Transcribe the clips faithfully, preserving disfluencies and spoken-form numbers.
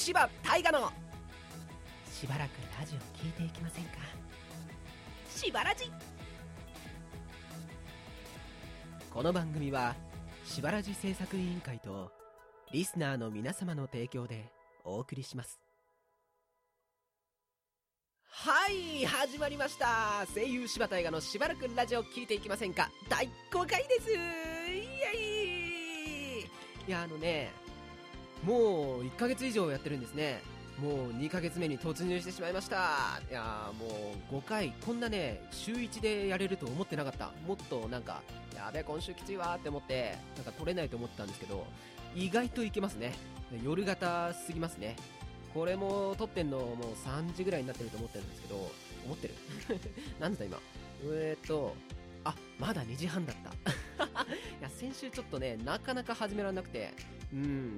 柴大河のしばらくラジオ聞いていきませんか。しばらじ。この番組はしばらじ制作委員会とリスナーの皆様の提供でお送りします。はい、始まりました。声優柴大河のしばらくラジオ聞いていきませんかだいごかいです。イエイ。いや、あのね、もういっかげつ以上やってるんですね。もうにかげつめに突入してしまいました。いやー、もうごかい、こんなね週いちでやれると思ってなかった。もっとなんかやべえ今週きついわーって思ってなんか撮れないと思ってたんですけど、意外といけますね。夜型すぎますね。これも撮ってんのもうさんじぐらいになってると思ってるんですけど、思ってるなんだ今、えーっとあ、まだにじはんだったいや、先週ちょっとねなかなか始められなくて、うん、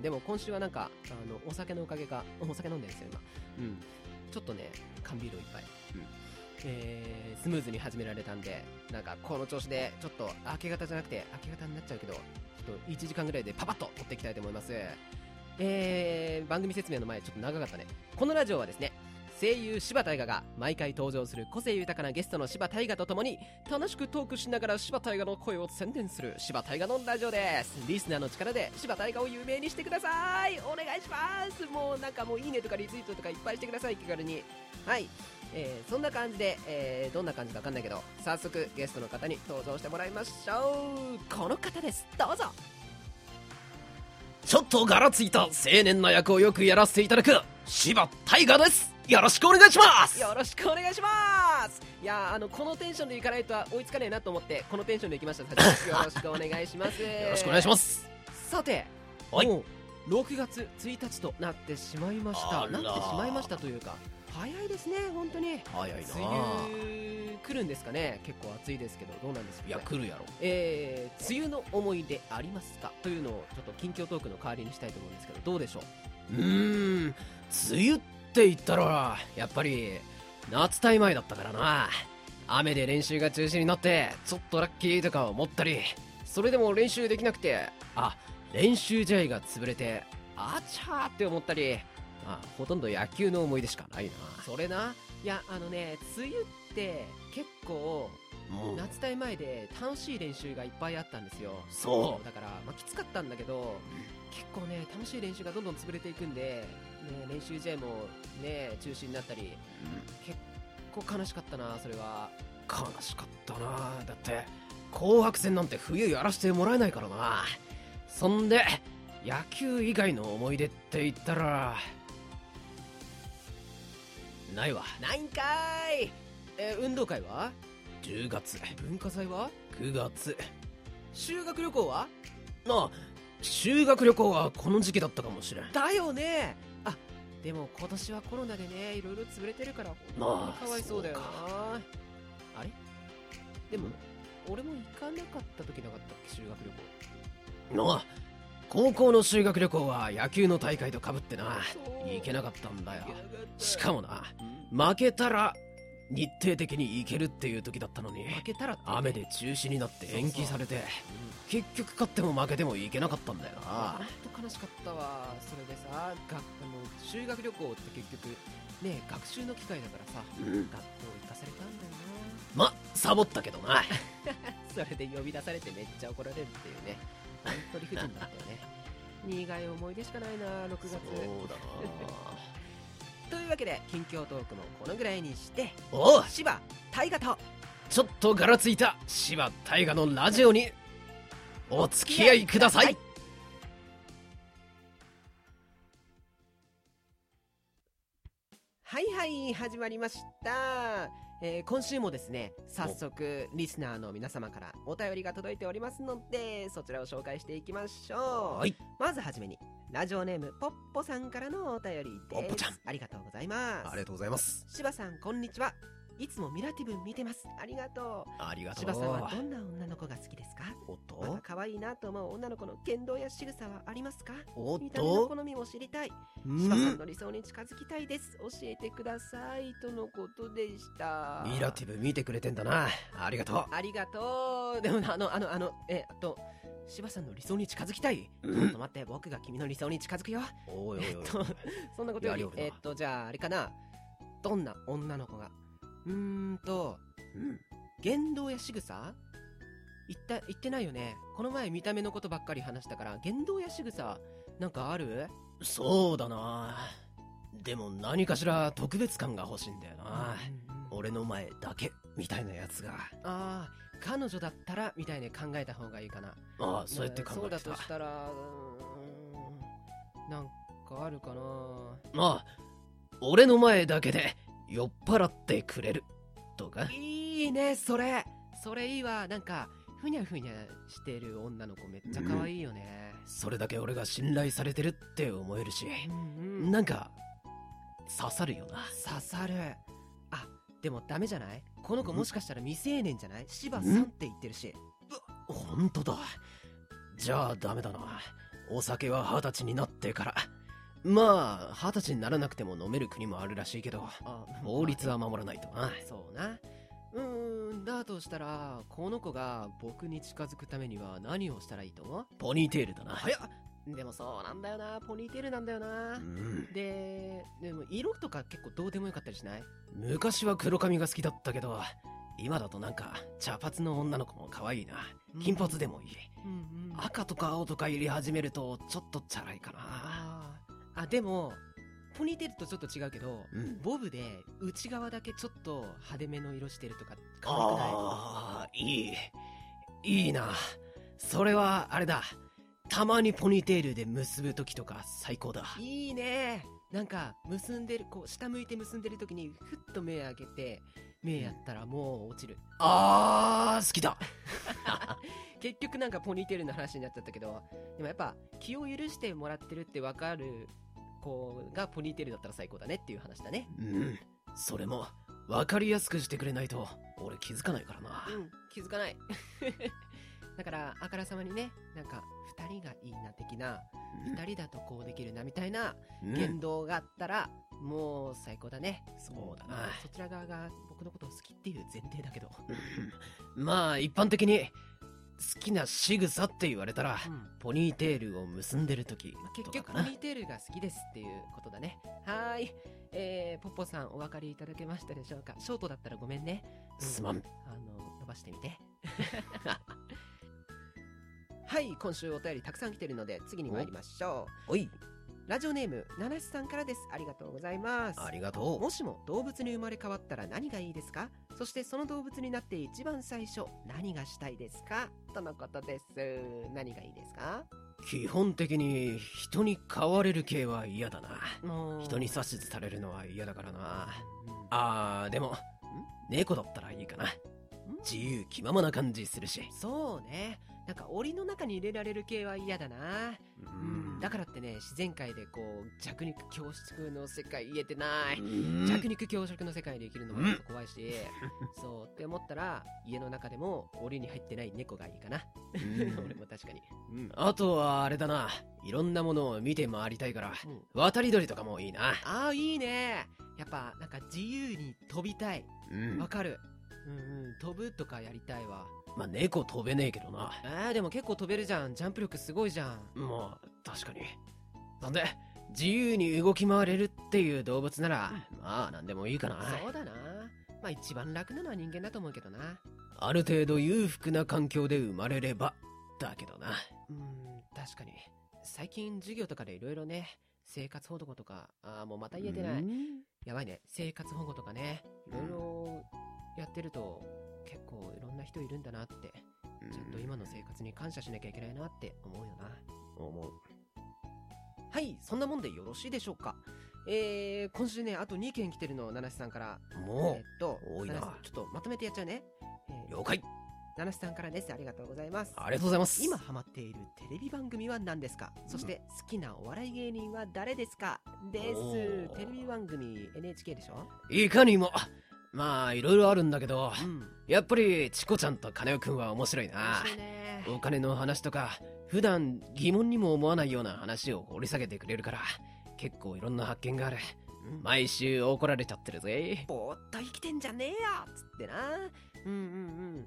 でも今週はなんかあのお酒のおかげか、お酒飲んでるんですよ今。うん、ちょっとね缶ビールをいっぱい、うんえー、スムーズに始められたんで、なんかこの調子でちょっと明け方じゃなくて明け方になっちゃうけど、ちょっといちじかんぐらいでパパッと撮っていきたいと思います。えー、番組説明の前ちょっと長かったね。このラジオはですね、声優柴大河が毎回登場する個性豊かなゲストの柴大河とともに楽しくトークしながら柴大河の声を宣伝する柴大河のラジオです。リスナーの力で柴大河を有名にしてください。お願いします。もうなんかもういいねとかリツイートとかいっぱいしてください、気軽に。はい、えー、そんな感じで、えー、どんな感じか分かんないけど早速ゲストの方に登場してもらいましょう。この方です、どうぞ。ちょっと柄ついた青年な役をよくやらせていただく柴大河です。よろしくお願いします。よろしくお願いします。いやー、あのこのテンションでいかないと追いつかねえなと思ってこのテンションでいきました。よろしくお願いしますよろしくお願いします。 さて、 はい、 もうろくがつついたちとなってしまいました。なってしまいましたというか、早いですね、本当に。 早いな。 梅雨来るんですかね。結構暑いですけどどうなんですか。 いや、来るやろ。 えー、梅雨の思い出ありますかというのをちょっと近況トークの代わりにしたいと思うんですけど、どうでしょう。 うーん、梅雨って言ったらやっぱり夏タイ前だったからな。雨で練習が中止になってちょっとラッキーとか思ったり、それでも練習できなくて、あ、練習試合が潰れてあちゃーって思ったり、あ、ほとんど野球の思い出しかないな。 それな。いや、あのね、梅雨って結構夏タイ前で楽しい練習がいっぱいあったんですよ。 そうだから、まあ、きつかったんだけど、結構ね楽しい練習がどんどん潰れていくんで、ね、練習試合もね中止になったり、うん、結構悲しかったな。それは悲しかったな。だって紅白戦なんて冬やらせてもらえないからな。そんで野球以外の思い出って言ったらないわ。 ないんかーい。え、運動会はじゅうがつ、 文化祭はくがつ、 修学旅行はなあ、修学旅行はこの時期だったかもしれん。 だよね。あ、でも今年はコロナでねいろいろ潰れてるから本当にかわいそうだよな。あれでも、うん、俺も行かなかった時なかったっけ、修学旅行。 なあ、高校の修学旅行は野球の大会とかぶってな、行けなかったんだよ。しかもな、負けたら日程的に行けるっていう時だったのに、 負けたらって雨で中止になって延期されて、そうそう、うん、結局勝っても負けても行けなかったんだよな。 ほんと悲しかったわ。それでさ、があの修学旅行って結局ね学習の機会だからさ、うん、学校行かされたんだよな。ま、サボったけどなそれで呼び出されてめっちゃ怒られるっていうね、本当理不尽だったよね苦い思い出しかないな、ろくがつ。 そうだなというわけで近況トークもこのぐらいにして、 おう、 柴大河とちょっと柄ついた柴大河のラジオにお付き合いください。 はいはい、始まりました。えー、今週もですね、早速リスナーの皆様からお便りが届いておりますので、そちらを紹介していきましょう。 はい、 まずはじめにラジオネームポッポさんからのお便りです。 ポッポちゃん、 ありがとうございます。 ありがとうございます。 柴さん、こんにちは。いつもミラティブ見てます。ありがとう。 ありがとう。 柴さんはどんな女の子が好きですか？ おっと、 また可愛いなと思う女の子の言動や仕草はありますか？ おっと、 見た目の好みも知りたい。柴さんの理想に近づきたいです。教えてください、とのことでした。 ミラティブ見てくれてんだな。ありがとう。 ありがとう。でもあのあのあのえっと柴さんの理想に近づきたい。ちうんょっと待って、僕が君の理想に近づくよ。 おいおいおい、 えっとそんなことよりやりおるなえっとじゃああれかな、どんな女の子が、うーんとうん言動や仕草言った言ってないよね。この前見た目のことばっかり話したから、言動や仕草なんかある？ そうだな。でも何かしら特別感が欲しいんだよな、 うんうんうん俺の前だけみたいなやつが。 ああ、彼女だったらみたいに考えた方がいいかな。 ああ、そうやって考そうだえてた。 としたら、うーんなんかあるかな。 まあ俺の前だけで酔っ払ってくれるとか。 いいね、それそれいいわ。なんかふにゃふにゃしてる女の子めっちゃ可愛いよね。 それだけ俺が信頼されてるって思えるし、 うんうんなんか刺さるよな。 刺さる。あ、でもダメじゃない？この子もしかしたら未成年じゃない？柴さんって言ってるし。 ほんとだ。じゃあダメだな。お酒は二十歳になってから。まあ二十歳にならなくても飲める国もあるらしいけど、 あ、 法律は守らないとな。 そうな。うーん、だとしたらこの子が僕に近づくためには何をしたらいいと思う？ ポニーテールだな。 早っ。でもそうなんだよな、ポニーテールなんだよな。 うんで、でも色とか結構どうでもよかったりしない？ 昔は黒髪が好きだったけど、今だとなんか茶髪の女の子も可愛いな。金髪でもいい。 うんうん。あ赤とか青とか入れ始めるとちょっとチャラいかな。 あー、あ、でもポニーテールとちょっと違うけど、 うんボブで内側だけちょっと派手めの色してるとか可愛くない？ ああ、いい。いいな。それはあれだ。たまにポニーテールで結ぶ時とか最高だ。 いいね。なんか結んでる、こう下向いて結んでる時にふっと目開けて目やったらもう落ちる。 あー、好きだ。 結局なんかポニーテールの話になっちゃったけど、でもやっぱ気を許してもらってるって分かる子がポニーテールだったら最高だねっていう話だね。 うん。それも分かりやすくしてくれないと俺気づかないからな。 うん、気づかない。だからあからさまにね、なんかふたりがいいな的な、ふたりだとこうできるなみたいなうん言動があったらもう最高だね。 そうだなまあそちら側が僕のことを好きっていう前提だけど、 まあ一般的に好きな仕草って言われたら、 うん、 ポニーテールを結んでる時まあ、結とかかな。 局ポニーテールが好きですっていうことだね。はーい、えー、ポッポさんお分かりいただけましたでしょうか？ショートだったらごめんね。うすまん。 あの伸ばしてみて。はい、今週お便りたくさん来てるので次に参りましょおい、 う。ラジオネームナナシさんからです。ありがとうございます。 ありがとう。 もしも動物に生まれ変わったら何がいいですか？そしてその動物になって一番最初何がしたいですか？とのことです。何がいいですか？ 基本的に人に飼われる系は嫌だな。 もう人に指図されるのは嫌だからな。 うんあー、でも猫だったらいいかな。自由気ままな感じするし。 そうね。なんか檻の中に入れられる系は嫌だな。うん、だからってね、自然界でこう弱肉強食の世界言えてない、 うん弱肉強食の世界で生きるのもちょっと怖いし、そうって思ったら家の中でも檻に入ってない猫がいいかな。 うん俺も確かに、うんあとはあれだな、いろんなものを見て回りたいから、 うん渡り鳥とかもいいな。 ああいいね。やっぱなんか自由に飛びたい。 うんわかる。うんうん、飛ぶとかやりたいわ。 まあ猫飛べねえけどな。 あーでも結構飛べるじゃん。ジャンプ力すごいじゃん。 まあ確かに。なんで自由に動き回れるっていう動物なら、まあ何でもいいかな。 そうだな。まあ一番楽なのは人間だと思うけどな。 ある程度裕福な環境で生まれればだけどな。 うーん、確かに。最近授業とかでいろいろね、生活保護とか、ああ、もうまた言えてない。やばいね。生活保護とかね、いろいろやってると、結構いろんな人いるんだなって、ちゃんと今の生活に感謝しなきゃいけないなって思うよな。 思う。 はい、そんなもんでよろしいでしょうか。えー、今週ね、あとにけん来てるの、ナナシさんから。 もえーっと、 多いなナナシちょっとまとめてやっちゃうね。えーう了解。 ナナシさんからです。ありがとうございます。 ありがとうございます。 今ハマっているテレビ番組は何ですか？そして好きなお笑い芸人は誰ですか？でおす。 ーテレビ番組 エヌエイチケー でしょ？ いかにも。まあいろいろあるんだけど、 うん。 やっぱりチコちゃんとカネオくんは面白いな。 面白いね。 お金の話とか普段疑問にも思わないような話を掘り下げてくれるから結構いろんな発見がある。 うん毎週怒られちゃってるぜ。 ぼーっと生きてんじゃねえよつってな。うんうんうん。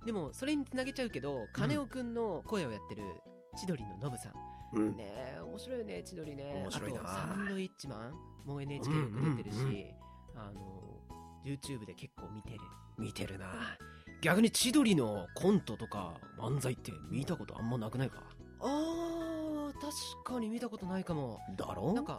でもそれにつなげちゃうけど、金尾くんの声をやってる千鳥のノブさん、 うんねえ面白いよね千鳥ね。 面白いな。 あとサンドイッチマンも エヌエイチケー よく出てるし、 うんうんうん、 あの YouTube で結構見てる見てるな。逆に千鳥のコントとか漫才って見たことあんまなくないか？ あー確かに見たことないかも。 だろ？ なんか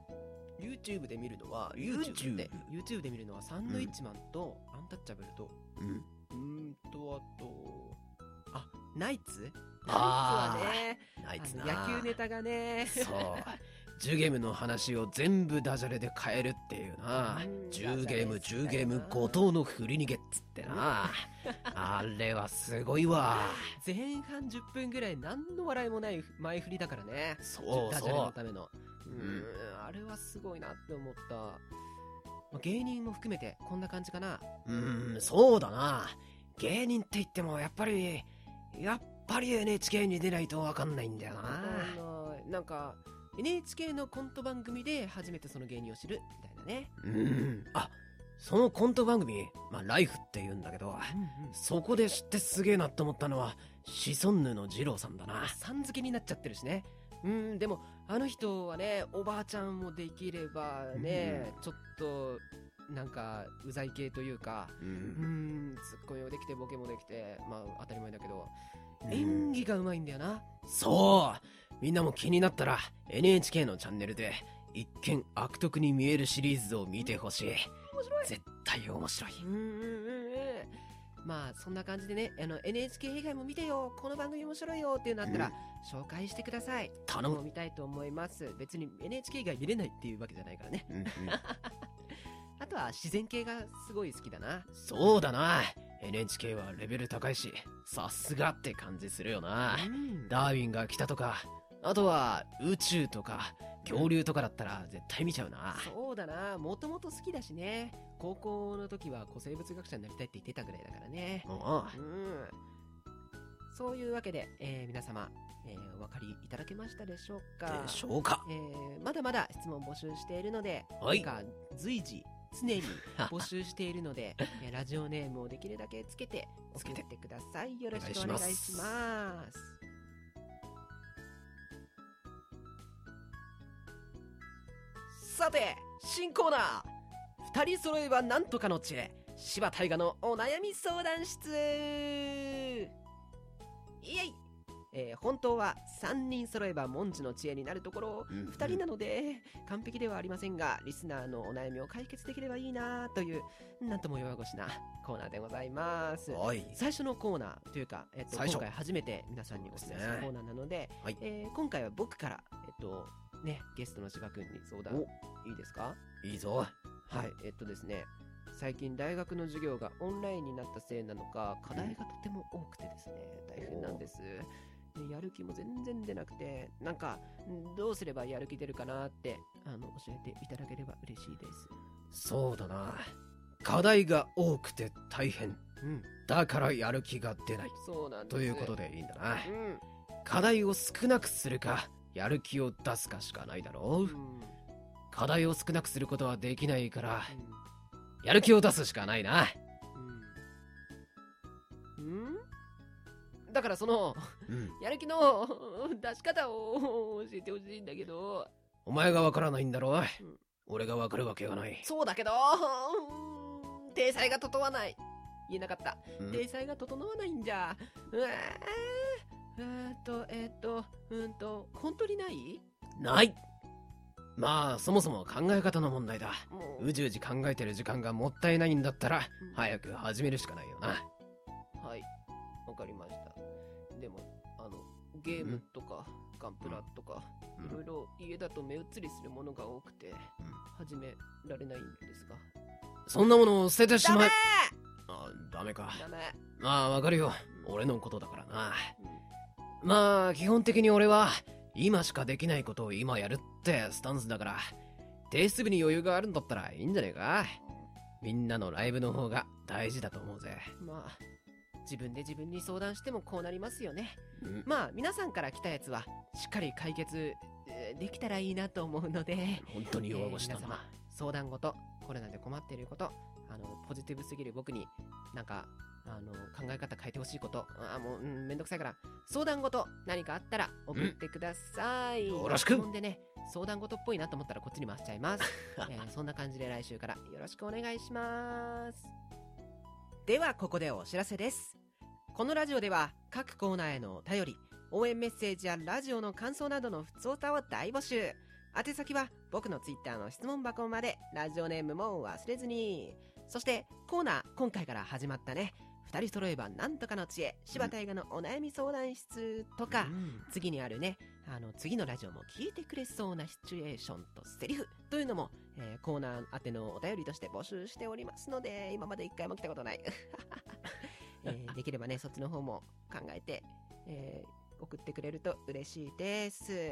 YouTube で見るのは YouTube で YouTube で見るのはサンドイッチマンとアンタッチャブルと、 うん、 うーんとあとあナイツあナイツはね、 ナイツな。 野球ネタがね、 そうじゅうゲームの話を全部ダジャレで変えるっていうな。じゅうゲームじゅうゲーム後藤の振り逃げっつってなあれはすごいわ。 前半じゅっぷんぐらい何の笑いもない前振りだからね。 そうダジャレそうのための。ううんんあれはすごいなって思った。まあ芸人も含めてこんな感じかな。 うーんそうだな。芸人って言ってもやっぱりやっぱり エヌエイチケー に出ないと分かんないんだよな。 あのなんか エヌエイチケー のコント番組で初めてその芸人を知るみたいなね。 うんあそのコント番組、まあ、ライフって言うんだけど、 うんうん、 そこで知ってすげえなって思ったのはシソンヌの二郎さんだな。 さん付けになっちゃってるしね。うんでもあの人はねおばあちゃんもできればね、うん、ちょっとなんかうざい系というか、 うん、 うんツッコミもできてボケもできてまあ当たり前だけど、うん、演技がうまいんだよな。 そうみんなも気になったら エヌエイチケー のチャンネルで一見悪徳に見えるシリーズを見てほしい。面白い絶対面白い。 うんうんうんうんまあそんな感じでねあの エヌエイチケー 以外も見てよこの番組面白いよっていうのあったら、うん、紹介してください。 頼む。 見たいと思います。別に エヌエイチケー 以外見れないっていうわけじゃないからね、うんうん、あとは自然系がすごい好きだな。 そうだな エヌエイチケー はレベル高いしさすがって感じするよな、うん、ダーウィンが来たとかあとは宇宙とか恐竜とかだったら絶対見ちゃうな。 そうだなもともと好きだしね。高校の時は古生物学者になりたいって言ってたぐらいだからね。 うん、 そういうわけで、えー、皆様、えー、お分かりいただけましたでしょうか。 でしょうか、 えー、まだまだ質問募集しているので、 はい、 なんか随時常に募集しているのでラジオネームをできるだけつけて送ってください。よろしくお願いします。さて新コーナーふたり揃えばなんとかの知恵柴大河のお悩み相談室。イエイ、えー、本当はさんにん揃えば文字の知恵になるところ、うんうん、ふたりなので完璧ではありませんがリスナーのお悩みを解決できればいいなというなんとも弱腰なコーナーでございます。最初のコーナーというか、えっと、今回初めて皆さんにお伝えするコーナーなので、はいえー、今回は僕から、えっとね、ゲストの柴くんに相談いいですか？ いいぞ。 はい、えっとですね最近大学の授業がオンラインになったせいなのか課題がとても多くてですね大変なんです。でやる気も全然出なくてなんかどうすればやる気出るかなってあの教えていただければ嬉しいです。 そうだな課題が多くて大変、 うん、 だからやる気が出ない。 そうなんですということでいいんだな、 うん、 課題を少なくするかやる気を出すかしかないだろう、うん、課題を少なくすることはできないから、うん、やる気を出すしかないな。 うん、うんだからその、うん、やる気の出し方を教えてほしいんだけど。 お前がわからないんだろう、うん、俺がわかるわけがない。 そうだけど体裁が整わない。言えなかった、うん、体裁が整わないんじゃ。うわえーっとえーっとうんと本当にないないまあそもそも考え方の問題だ。うじうじ考えてる時間がもったいないんだったら、うん、早く始めるしかないよな。 はいわかりました。でもあのゲームとか、うん、ガンプラとか、うん、いろいろ家だと目移りするものが多くて、うん、始められないんですが。 そんなものを捨ててしまえ。 ダメあダメか。 ダメまあわかるよ、うん、俺のことだからな、うん、まあ基本的に俺は今しかできないことを今やるってスタンスだから提出部に余裕があるんだったらいいんじゃねえか。みんなのライブの方が大事だと思うぜ。 まあ自分で自分に相談してもこうなりますよね、 うん、 まあ皆さんから来たやつはしっかり解決できたらいいなと思うので本当に弱腰だな、 えー、皆様相談事コロナで困っていることあのポジティブすぎる僕になんかあの考え方変えてほしいこと、あもう、うん、めんどくさいから相談事何かあったら送ってください、 うん、よろしく。 ほんでね、相談事っぽいなと思ったらこっちに回しちゃいます、えー、そんな感じで来週からよろしくお願いします。ではここでお知らせです。このラジオでは各コーナーへのお便り、応援メッセージやラジオの感想などのふつおたを大募集。宛先は僕のツイッターの質問箱まで。ラジオネームも忘れずに。そしてコーナー、今回から始まったね、二人揃えばなんとかの知恵、柴大河のお悩み相談室とか、うん、次にあるね、あの次のラジオも聞いてくれそうなシチュエーションとセリフというのも、えー、コーナー宛てのお便りとして募集しておりますので、今まで一回も来たことない、えー、できればねそっちの方も考えて、えー、送ってくれると嬉しいです。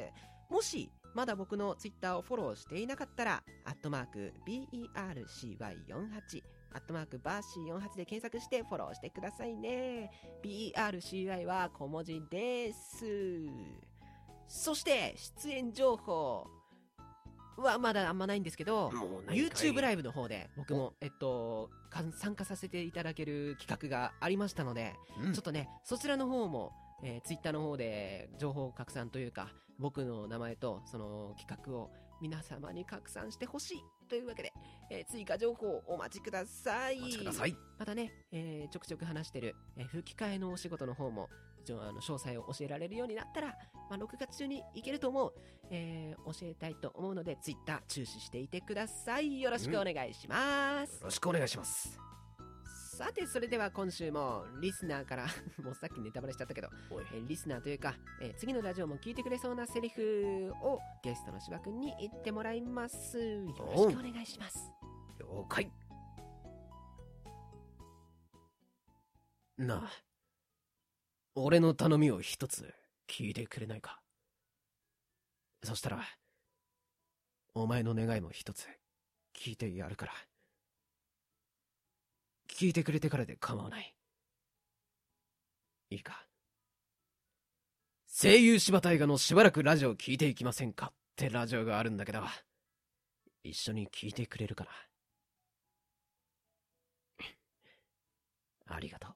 もしまだ僕のツイッターをフォローしていなかったら、アットマーク ビーイーアールシーワイよんじゅうはち、アットマークバーシーよんじゅうはちで検索してフォローしてくださいね。 ビーイーアールシーワイ は小文字です。そして出演情報はまだあんまないんですけど、YouTube ライブの方で僕も、えっと、参加させていただける企画がありましたので、うん、ちょっとねそちらの方も、えー、Twitter の方で情報拡散というか、僕の名前とその企画を皆様に拡散してほしいというわけで、えー、追加情報お待ちください。 お待ちください。 またね、えー、ちょくちょく話してる、えー、吹き替えのお仕事の方もあの詳細を教えられるようになったら、まあ、ろくがつ中に行けると思う、えー、教えたいと思うので Twitter 注視していてください。よろしくお願いします、 うん、よろしくお願いします。 さてそれでは今週もリスナーからもうさっきネタバレしちゃったけど、えー、リスナーというか、えー、次のラジオも聞いてくれそうなセリフをゲストの芝くんに言ってもらいます。よろしくお願いします。 了解。なあ、俺の頼みを一つ聞いてくれないか。そしたらお前の願いも一つ聞いてやるから。聞いてくれてからで構わない。いいか。声優柴大河のしばらくラジオ聞いていきませんかってラジオがあるんだけど、一緒に聞いてくれるかな。ありがとう。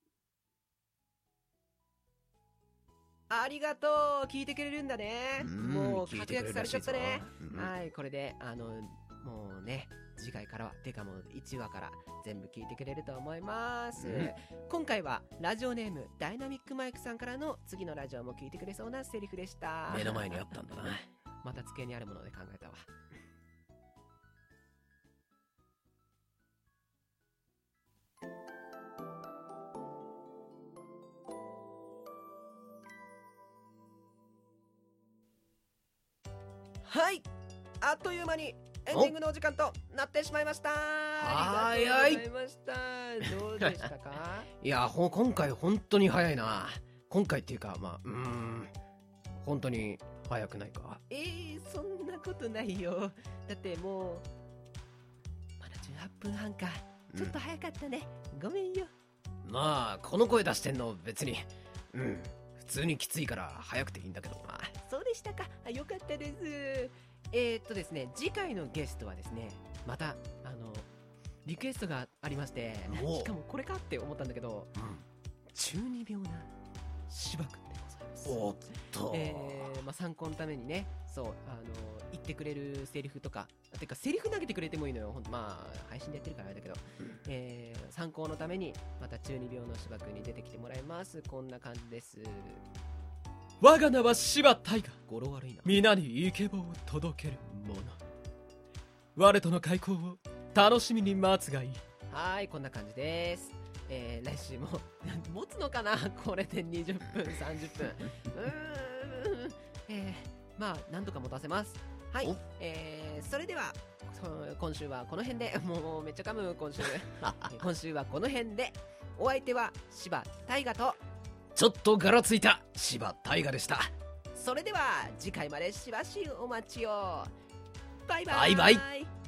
ありがとう。聞いてくれるんだね。もう確約されちゃったね。はい、これであのもうね次回からはてかもういちわから全部聞いてくれると思います、うん、今回はラジオネームダイナミックマイクさんからの次のラジオも聞いてくれそうなセリフでした。 目の前にあったんだなまた机にあるもので考えたわ。はい、あっという間にエンディングのお時間となってしまいました。ありがとうございました。どうでしたか？ いやほ今回本当に早いな。今回っていうかまあうーん本当に早くないか？ えー、そんなことないよ。だってもうまだじゅうはっぷんはんか。ちょっと早かったね、うん、ごめんよ。 まあこの声出してんの別にうん普通にきついから早くていいんだけどな。 そうでしたか。よかったです。えー、っとですね次回のゲストはですねまたあのリクエストがありまして、しかもこれかって思ったんだけど、うん、中二病な芝くんでございます。 おっと、 えーまあ、参考のためにねそうあの言ってくれるセリフとかてかセリフ投げてくれてもいいのよ。ほんとまあ配信でやってるからあれだけど、うん、えー、参考のためにまた中二病の芝くんに出てきてもらいます。こんな感じです。 我が名は柴大河。語呂悪いな。皆にイケボを届ける者。我との開口を楽しみに待つがいい。 はい、こんな感じです。えー、来週も持つのかなこれでにじゅっぷんさんじゅっぷんうーん、えー、まあなんとか持たせます。はい、えー、それでは今週はこの辺でもうめっちゃ噛む今週今週はこの辺でお相手は柴大河とちょっとガラついた柴大河でした。 それでは次回までしばしお待ちを。バイバイ。 バイバイ。